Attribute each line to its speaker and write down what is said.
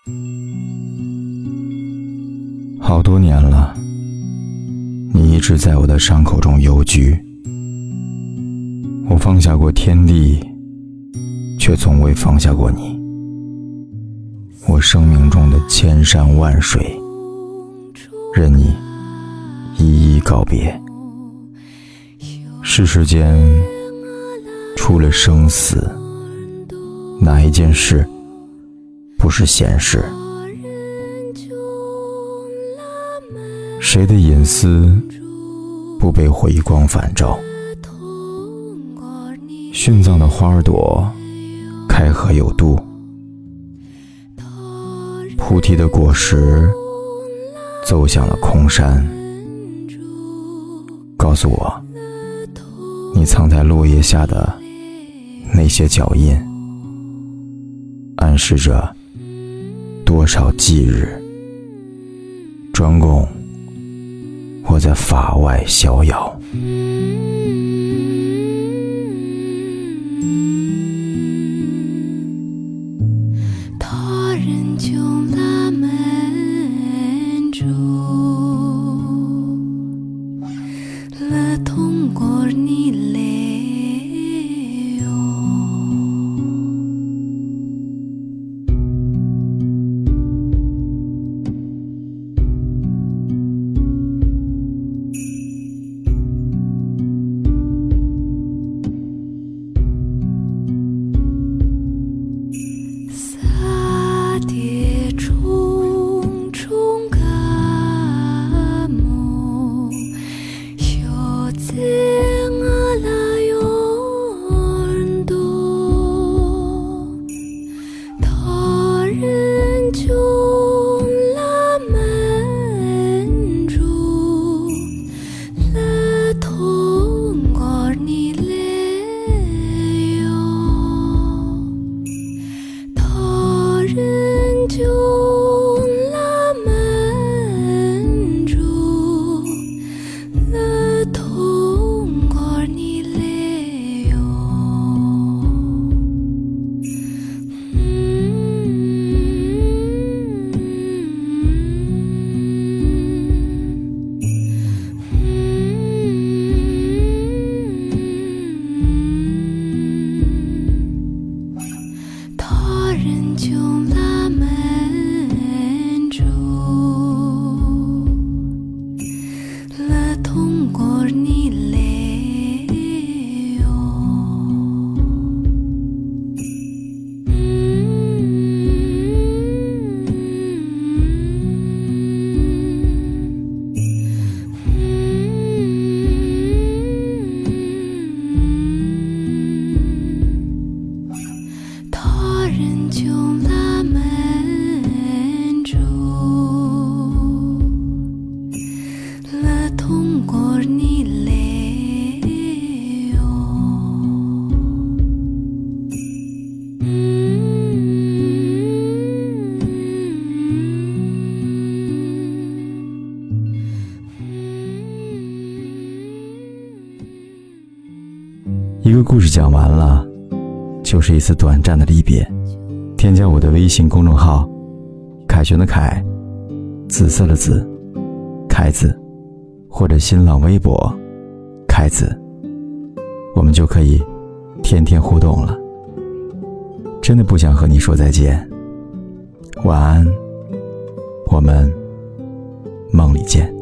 Speaker 1: 好多年了，你一直在我的伤口中游居。我放下过天地，却从未放下过你。我生命中的千山万水，任你一一告别。世间除了生死，哪一件事不是闲事？谁的隐私不被回光返照？殉葬的花朵开合有度，菩提的果实走向了空山。告诉我，你藏在落叶下的那些脚印，暗示着多少忌日，专供我在法外逍遥。
Speaker 2: 他人就拉门住了，通过你泪哟。通过你泪哟。他人就拉门住了，通过你泪哟。
Speaker 1: 一个故事讲完了，就是一次短暂的离别。添加我的微信公众号凯旋的凯，紫色的紫，凯子，或者新浪微博凯子，我们就可以天天互动了。真的不想和你说再见，晚安，我们梦里见。